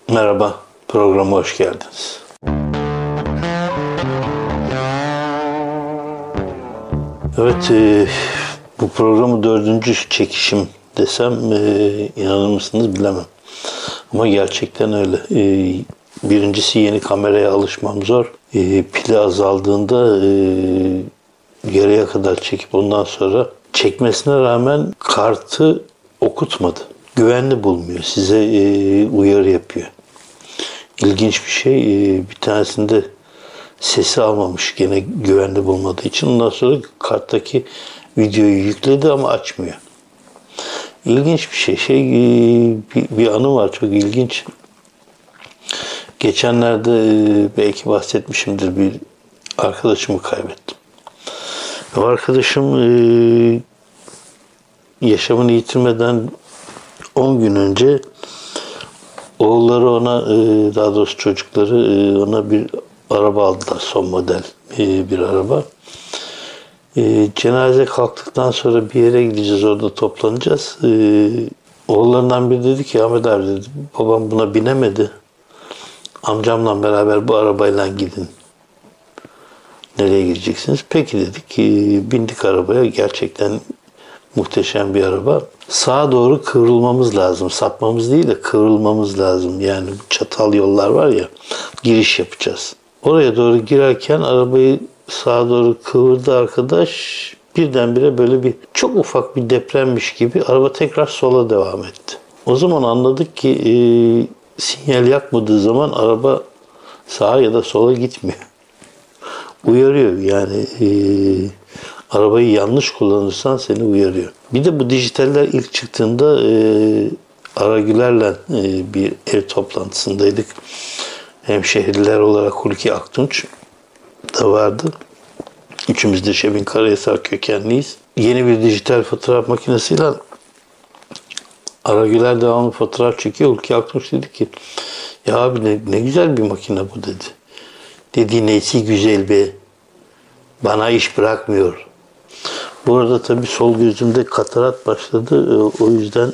Merhaba, programa hoş geldiniz. Evet, bu programı 4. çekişim desem inanır mısınız bilemem. Ama gerçekten öyle. Birincisi yeni kameraya alışmam zor. Pili azaldığında yarıya kadar çekip ondan sonra çekmesine rağmen kartı okutmadı. Güvenli bulmuyor. Size uyarı yapıyor. İlginç bir şey. Bir tanesinde sesi almamış gene güvenli bulmadığı için. Ondan sonra karttaki videoyu yükledi ama açmıyor. İlginç bir şey. Bir anı var çok ilginç. Geçenlerde belki bahsetmişimdir, bir arkadaşımı kaybettim. O arkadaşım yaşamını yitirmeden 10 gün önce oğulları ona, daha doğrusu çocukları ona bir araba aldılar, son model bir araba. Cenaze kalktıktan sonra bir yere gideceğiz, orada toplanacağız. Oğullarından biri dedi ki, Ahmet abi dedi, babam buna binemedi. Amcamla beraber bu arabayla gidin. Nereye gideceksiniz? Peki dedik. Bindik arabaya. Gerçekten muhteşem bir araba. Sağa doğru kıvrılmamız lazım. Sapmamız değil de kıvrılmamız lazım. Yani çatal yollar var ya, giriş yapacağız. Oraya doğru girerken arabayı sağa doğru kıvırdı arkadaş. Birdenbire böyle bir çok ufak bir depremmiş gibi araba tekrar sola devam etti. O zaman anladık ki sinyal yakmadığı zaman araba sağa ya da sola gitmiyor. Uyarıyor yani, arabayı yanlış kullanırsan seni uyarıyor. Bir de bu dijitaller ilk çıktığında Aragüler'le bir ev toplantısındaydık. Hemşehriler olarak Hulki Aktunç da vardı. Üçümüz de Şebin Karahisar kökenliyiz. Yeni bir dijital fotoğraf makinesiyle Aragüler devamlı fotoğraf çekiyor. Hulki Aktunç dedi ki, ya abi ne güzel bir makine bu dedi. Dediği neyse güzel be. Bana iş bırakmıyor. Bu arada tabii sol gözümde katarat başladı. O yüzden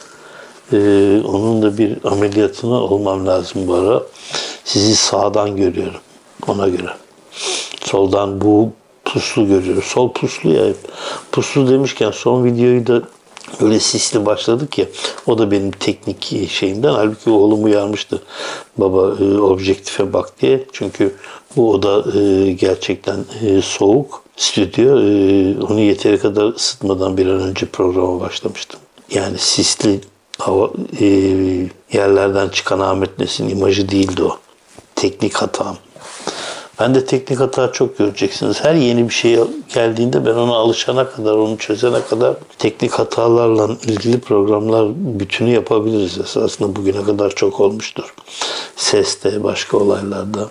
onun da bir ameliyatına olmam lazım bu ara. Sizi sağdan görüyorum. Ona göre. Soldan bu puslu görüyorum. Sol puslu ya. Puslu demişken son videoyu da öyle sisli başladık ya. O da benim teknik şeyimden. Halbuki oğlum uyarmıştı. Baba objektife bak diye. Çünkü bu oda gerçekten soğuk. Stüdyo. Onu yeteri kadar ısıtmadan bir an önce programa başlamıştım. Yani sisli hava, yerlerden çıkan Ahmet Nesin imajı değildi o. Teknik hatam. Ben de teknik hata çok göreceksiniz. Her yeni bir şey geldiğinde ben ona alışana kadar, onu çözene kadar teknik hatalarla ilgili programlar bütünü yapabiliriz. Esasında bugüne kadar çok olmuştur. Seste, başka olaylarda.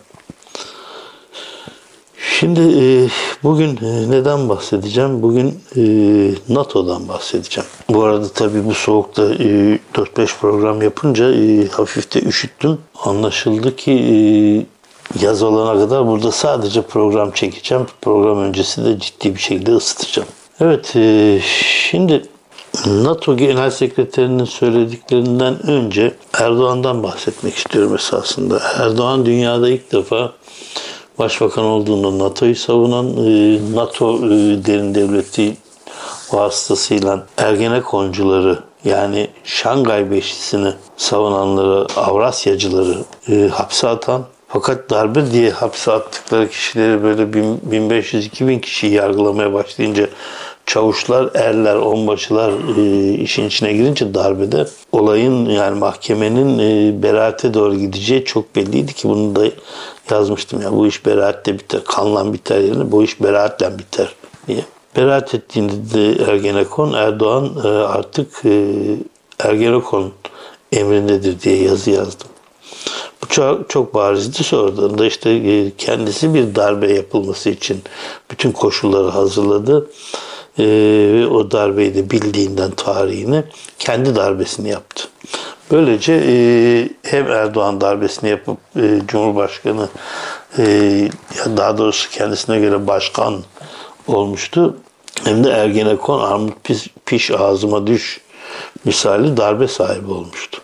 Şimdi bugün neden bahsedeceğim? Bugün NATO'dan bahsedeceğim. Bu arada tabii bu soğukta 4-5 program yapınca hafif de üşüttüm. Anlaşıldı ki yaz olana kadar burada sadece program çekeceğim. Program öncesi de ciddi bir şekilde ısıtacağım. Evet, şimdi NATO Genel Sekreterinin söylediklerinden önce Erdoğan'dan bahsetmek istiyorum esasında. Erdoğan dünyada ilk defa başbakan olduğunda NATO'yu savunan, NATO derin devleti vasıtasıyla Ergenekoncuları, yani Şangay Beşlisi'ni savunanları, Avrasyacıları hapse atan, fakat darbe diye hapse attıkları kişileri böyle 1500-2000 kişiyi yargılamaya başlayınca çavuşlar, erler, onbaşılar işin içine girince darbede olayın, yani mahkemenin beraate doğru gideceği çok belliydi ki bunu da yazmıştım ya, bu iş beraatle biter, kanla biter yerine bu iş beraatle biter diye. Beraat ettiğinde de Ergenekon, Erdoğan artık Ergenekon emrindedir diye yazı yazdım. Bu çok barizdi. Sonradan da işte kendisi bir darbe yapılması için bütün koşulları hazırladı. Ve o darbeyi de bildiğinden tarihini kendi darbesini yaptı. Böylece hem Erdoğan darbesini yapıp Cumhurbaşkanı, daha doğrusu kendisine göre başkan olmuştu. Hem de Ergenekon armut piş ağzıma düş misali darbe sahibi olmuştu.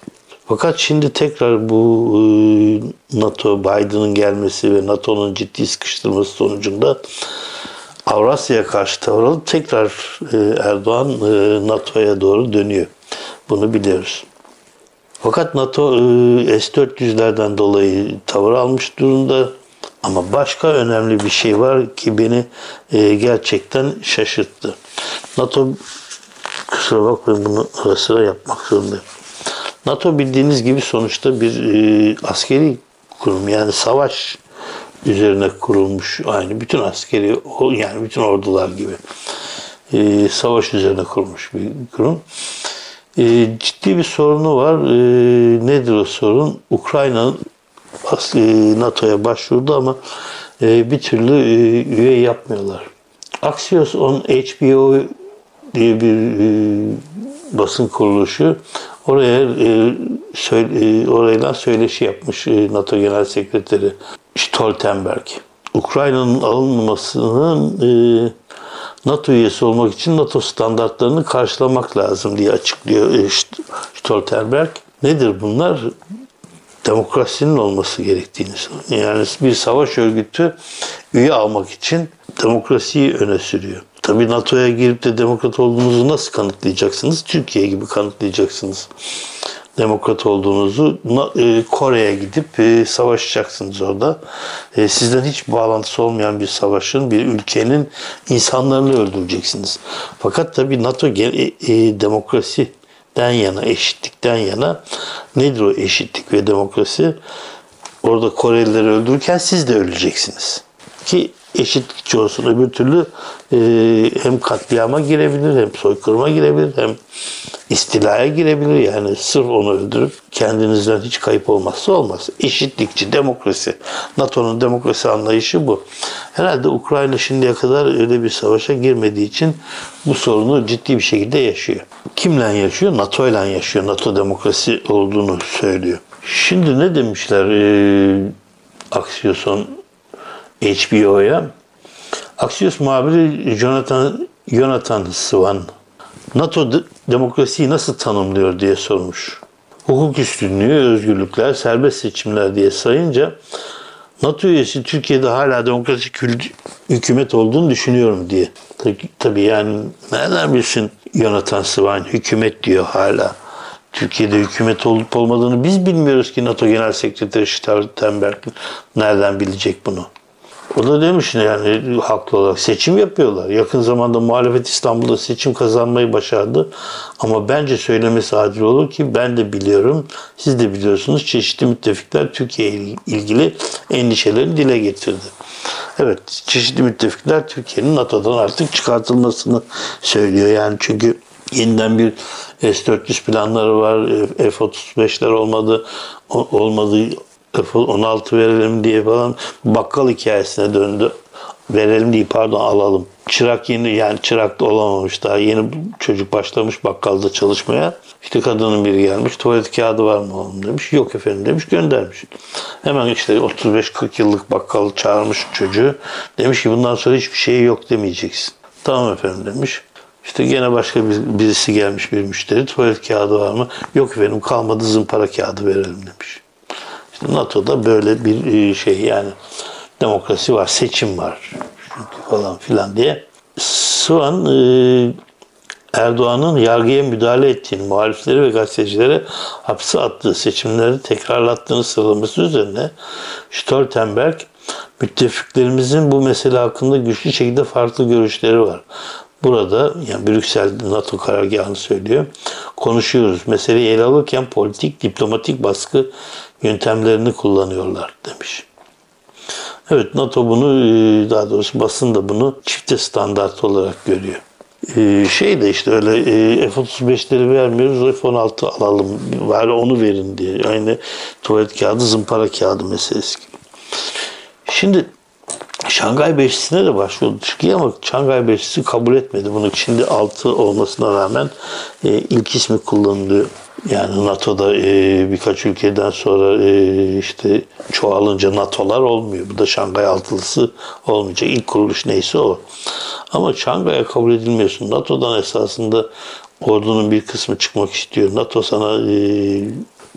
Fakat şimdi tekrar bu NATO, Biden'ın gelmesi ve NATO'nun ciddi sıkıştırması sonucunda Avrasya'ya karşı tavır alıp tekrar Erdoğan NATO'ya doğru dönüyor. Bunu biliyoruz. Fakat NATO S-400'lerden dolayı tavır almış durumda. Ama başka önemli bir şey var ki beni gerçekten şaşırttı. NATO, kusura bakmayın bunu ara sıra yapmak zorundayım. NATO bildiğiniz gibi sonuçta bir askeri kurum, yani savaş üzerine kurulmuş, aynı bütün askeri, yani bütün ordular gibi savaş üzerine kurulmuş bir kurum. Ciddi bir sorunu var. Nedir o sorun? Ukrayna NATO'ya başvurdu ama bir türlü üye yapmıyorlar. Axios on HBO diye bir basın kuruluşu orayla söyleşi yapmış NATO Genel Sekreteri Stoltenberg. Ukrayna'nın alınmamasının NATO üyesi olmak için NATO standartlarını karşılamak lazım diye açıklıyor Stoltenberg. Nedir bunlar? Demokrasinin olması gerektiğini söylüyor. Yani bir savaş örgütü üye almak için demokrasiyi öne sürüyor. Tabii NATO'ya girip de demokrat olduğunuzu nasıl kanıtlayacaksınız? Türkiye gibi kanıtlayacaksınız. Demokrat olduğunuzu Kore'ye gidip savaşacaksınız orada. Sizden hiç bağlantısı olmayan bir savaşın, bir ülkenin insanlarını öldüreceksiniz. Fakat tabii NATO demokrasiden yana, eşitlikten yana. Nedir o eşitlik ve demokrasi? Orada Korelileri öldürürken siz de öleceksiniz. Ki eşitlikçi olsun. Öbür türlü hem katliama girebilir, hem soykırıma girebilir, hem istilaya girebilir. Yani sırf onu öldürüp kendinizden hiç kayıp olmazsa olmaz. Eşitlikçi, demokrasi. NATO'nun demokrasi anlayışı bu. Herhalde Ukrayna şimdiye kadar öyle bir savaşa girmediği için bu sorunu ciddi bir şekilde yaşıyor. Kimle yaşıyor? NATO'yla yaşıyor. NATO demokrasi olduğunu söylüyor. Şimdi ne demişler Axios'un HBO'ya? Axios muhabiri Jonathan Swan, NATO demokrasiyi nasıl tanımlıyor diye sormuş. Hukuk üstünlüğü, özgürlükler, serbest seçimler diye sayınca NATO üyesi Türkiye'de hala demokratik hükümet olduğunu düşünüyorum diye. Tabii yani nereden bilsin Jonathan Swan hükümet diyor hala. Türkiye'de hükümet olup olmadığını biz bilmiyoruz ki NATO Genel Sekreteri Stoltenberg nereden bilecek bunu? O da demiş yani haklı olarak seçim yapıyorlar. Yakın zamanda muhalefet İstanbul'da seçim kazanmayı başardı. Ama bence söylemesi adil olur ki ben de biliyorum, siz de biliyorsunuz, çeşitli müttefikler Türkiye ile ilgili endişelerini dile getirdi. Evet, çeşitli müttefikler Türkiye'nin NATO'dan artık çıkartılmasını söylüyor. Yani çünkü yeniden bir S-400 planları var, F-35'ler olmadı. F-16 verelim diye falan bakkal hikayesine döndü. Verelim değil, pardon, alalım. Çırak da olamamış, daha yeni çocuk başlamış bakkalda çalışmaya. İşte kadının biri gelmiş, tuvalet kağıdı var mı oğlum demiş. Yok efendim demiş, göndermiş. Hemen işte 35-40 yıllık bakkal çağırmış çocuğu. Demiş ki bundan sonra hiçbir şey yok demeyeceksin. Tamam efendim demiş. İşte gene başka birisi gelmiş, bir müşteri, tuvalet kağıdı var mı? Yok efendim, kalmadı, zımpara kağıdı verelim demiş. NATO'da böyle bir şey, yani demokrasi var, seçim var falan filan diye. Swan Erdoğan'ın yargıya müdahale ettiğini, muhalifleri ve gazetecilere hapse attığı, seçimleri tekrarlattığını sıralaması üzerine Stoltenberg, müttefiklerimizin bu mesele hakkında güçlü şekilde farklı görüşleri var. Burada, yani Brüksel NATO karargahını söylüyor, konuşuyoruz. Meseleyi ele alırken politik, diplomatik baskı yöntemlerini kullanıyorlar demiş. Evet, NATO bunu, daha doğrusu basın da bunu çifte standart olarak görüyor. De işte öyle F-35'leri vermiyoruz, F-16 alalım, bari onu verin diye. Aynı tuvalet kağıdı, zımpara kağıdı meselesi gibi. Şimdi Şangay Beşlisi'ne de başvurdu Türkiye ama Şangay Beşlisi kabul etmedi. Bunun şimdi 6 olmasına rağmen ilk ismi kullanılıyor. Yani NATO'da birkaç ülkeden sonra işte çoğalınca NATO'lar olmuyor. Bu da Şangay Altılısı olmayacak. İlk kuruluş neyse o. Ama Şangay'a kabul edilmiyorsun. NATO'dan esasında ordunun bir kısmı çıkmak istiyor. NATO sana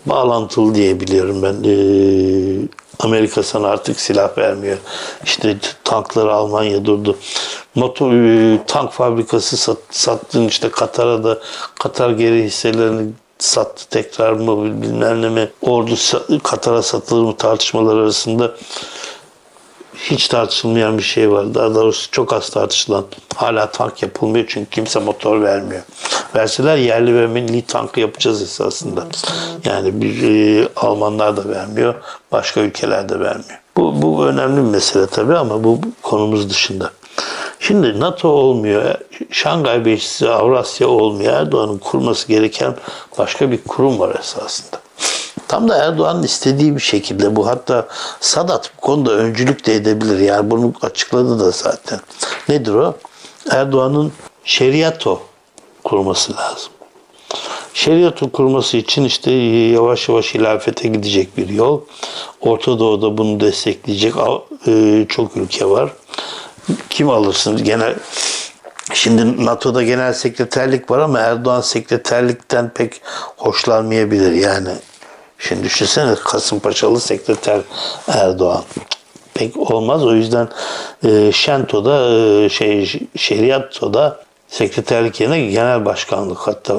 bağlantılı diye biliyorum ben. Amerika sana artık silah vermiyor. İşte tankları Almanya durdu. Tank fabrikası sattığın işte Katar'a da Katar geri hisselerini sattı tekrar mı bilmem ne mi. Ordu Katar'a satılır mı tartışmalar arasında hiç tartışılmayan bir şey var. Daha doğrusu çok az tartışılan. Hala tank yapılmıyor çünkü kimse motor vermiyor. Verseler yerli ve milli tankı yapacağız esasında. Yani Almanlar da vermiyor, başka ülkeler de vermiyor. Bu önemli bir mesele tabii ama bu konumuz dışında. Şimdi NATO olmuyor, Şangay Beşlisi, Avrasya olmuyor. Erdoğan'ın kurması gereken başka bir kurum var esasında. Tam da Erdoğan'ın istediği bir şekilde bu. Hatta Sadat bu konuda öncülük de edebilir. Yani bunu açıkladı da zaten. Nedir o? Erdoğan'ın şeriato kurması lazım. Şeriato kurması için işte yavaş yavaş hilafete gidecek bir yol. Orta Doğu'da bunu destekleyecek çok ülke var. Kim alırsınız? Şimdi NATO'da genel sekreterlik var ama Erdoğan sekreterlikten pek hoşlanmayabilir. Yani şimdi düşünsene Kasımpaşalı sekreter Erdoğan. Pek olmaz. O yüzden Şento'da Şeriato'da sekreterlik yerine genel başkanlık, hatta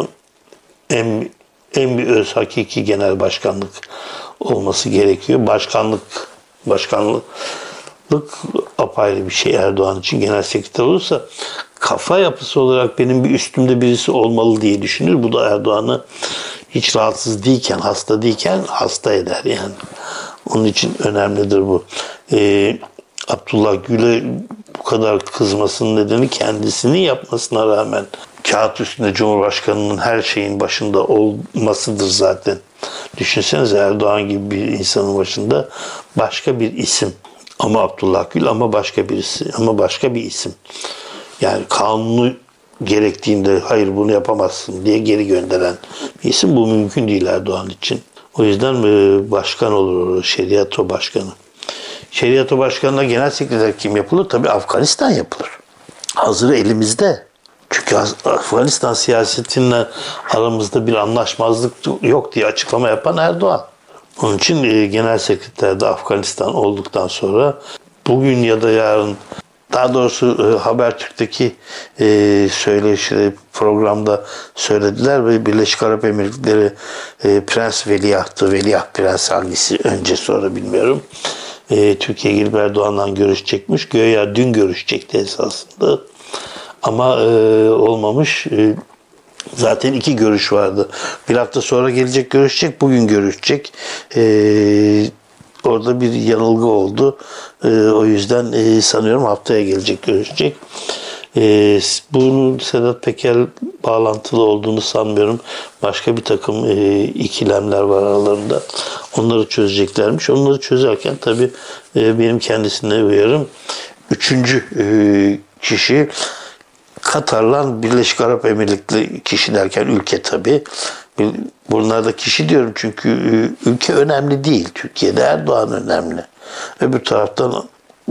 en bir öz hakiki genel başkanlık olması gerekiyor. Başkanlık apayrı bir şey Erdoğan için. Genel sekreter olursa kafa yapısı olarak benim bir üstümde birisi olmalı diye düşünür. Bu da Erdoğan'ı hiç rahatsız değilken, hasta değilken hasta eder yani. Onun için önemlidir bu. Abdullah Gül'e bu kadar kızmasının nedeni kendisini yapmasına rağmen kağıt üstünde Cumhurbaşkanı'nın her şeyin başında olmasıdır zaten. Düşünsenize Erdoğan gibi bir insanın başında başka bir isim. Ama Abdullah Gül ama başka birisi ama başka bir isim. Yani kanunu gerektiğinde hayır bunu yapamazsın diye geri gönderen bir isim. Bu mümkün değil Erdoğan için. O yüzden başkan olur, şeriato başkanı. Şeriato başkanına genel sekreter kim yapılır? Tabii Afganistan yapılır. Hazır elimizde. Çünkü Afganistan siyasetinle aramızda bir anlaşmazlık yok diye açıklama yapan Erdoğan. Onun için genel sekreter de Afganistan olduktan sonra bugün ya da yarın, daha doğrusu Habertürk'teki söyleşileri programda söylediler ve Birleşik Arap Emirlikleri Prens Veliaht'ı, Veliaht Prens hangisi önce sonra bilmiyorum. Türkiye gelip Erdoğan'la görüşecekmiş. Göya dün görüşecekti esasında. Ama olmamış. Zaten 2 görüş vardı. Bir hafta sonra gelecek görüşecek, bugün görüşecek. Orada bir yanılgı oldu. O yüzden sanıyorum haftaya gelecek görüşecek. Bunun Sedat Peker bağlantılı olduğunu sanmıyorum. Başka bir takım ikilemler var aralarında. Onları çözeceklermiş. Onları çözerken tabii benim kendisine uyarım. 3. kişi Katar'la Birleşik Arap Emirlikleri, kişi derken ülke tabii. Bunlar da kişi diyorum çünkü ülke önemli değil. Türkiye'de Erdoğan önemli. Öbür taraftan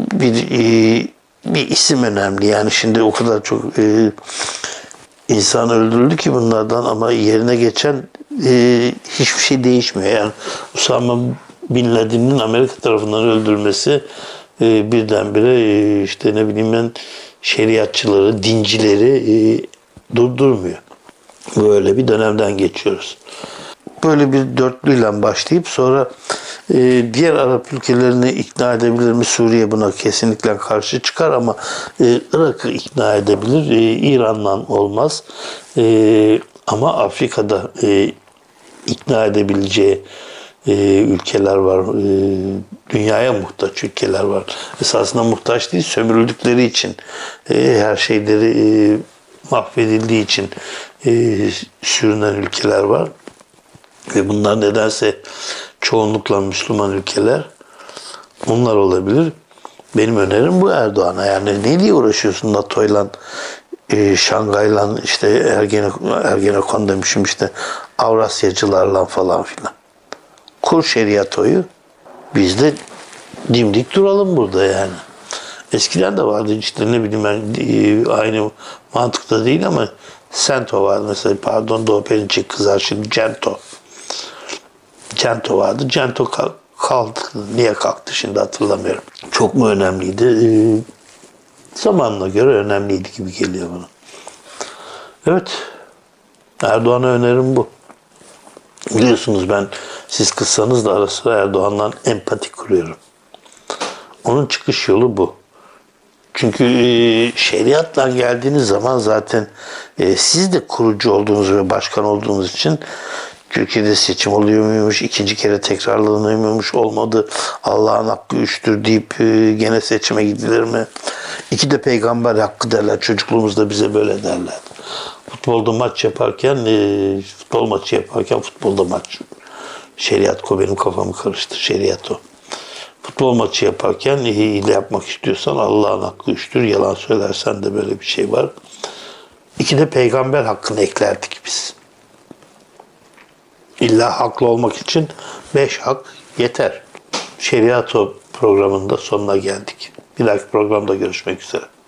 bir isim önemli. Yani şimdi o kadar çok insan öldürüldü ki bunlardan ama yerine geçen hiçbir şey değişmiyor. Yani Usama Bin Laden'in Amerika tarafından öldürülmesi birdenbire işte ne bileyim ben şeriatçıları, dincileri durdurmuyor. Böyle bir dönemden geçiyoruz. Böyle bir dörtlüyle başlayıp sonra diğer Arap ülkelerini ikna edebilir mi? Suriye buna kesinlikle karşı çıkar ama Irak'ı ikna edebilir. İran'la olmaz. Ama Afrika'da ikna edebileceği ülkeler var. Dünyaya muhtaç ülkeler var. Esasında muhtaç değil, sömürüldükleri için her şeyleri mahvedildiği için sürünen ülkeler var. Ve bunlar nedense çoğunlukla Müslüman ülkeler. Bunlar olabilir. Benim önerim bu Erdoğan'a. Yani ne diye uğraşıyorsun NATO'yla, Şangay'la, işte Ergenekon demişim işte Avrasyacılarla falan filan. Kur şeriatoyu. Biz de dimdik duralım burada yani. Eskiden de vardı işte ne bileyim ben aynı mantıkta değil ama Sento var mesela, pardon Doğu Perinçek kızar şimdi Cento. Cento vardı. Cento kalktı. Niye kalktı şimdi hatırlamıyorum. Çok mu önemliydi? Zamanına göre önemliydi gibi geliyor bana. Evet. Erdoğan'a önerim bu. Biliyorsunuz ben siz kızsanız da ara sıra Erdoğan'la empati kuruyorum. Onun çıkış yolu bu. Çünkü şeriatla geldiğiniz zaman zaten siz de kurucu olduğunuz ve başkan olduğunuz için Türkiye'de seçim oluyor muymuş, ikinci kere tekrarlanıyor muymuş, olmadı, Allah'ın hakkı üçtür deyip gene seçime gidilir mi? İki de peygamber hakkı derler, çocukluğumuzda bize böyle derler. Futbolda maç yaparken, futbol maçı yaparken futbolda maç. Şeriat benim kafamı karıştı, şeriat o. Futbol maçı yaparken hile yapmak istiyorsan Allah'ın hakkı üçtür. Yalan söylersen de böyle bir şey var. İki de peygamber hakkını eklerdik biz. İlla haklı olmak için 5 hak yeter. Şeriat programında sonuna geldik. Bir dahaki programda görüşmek üzere.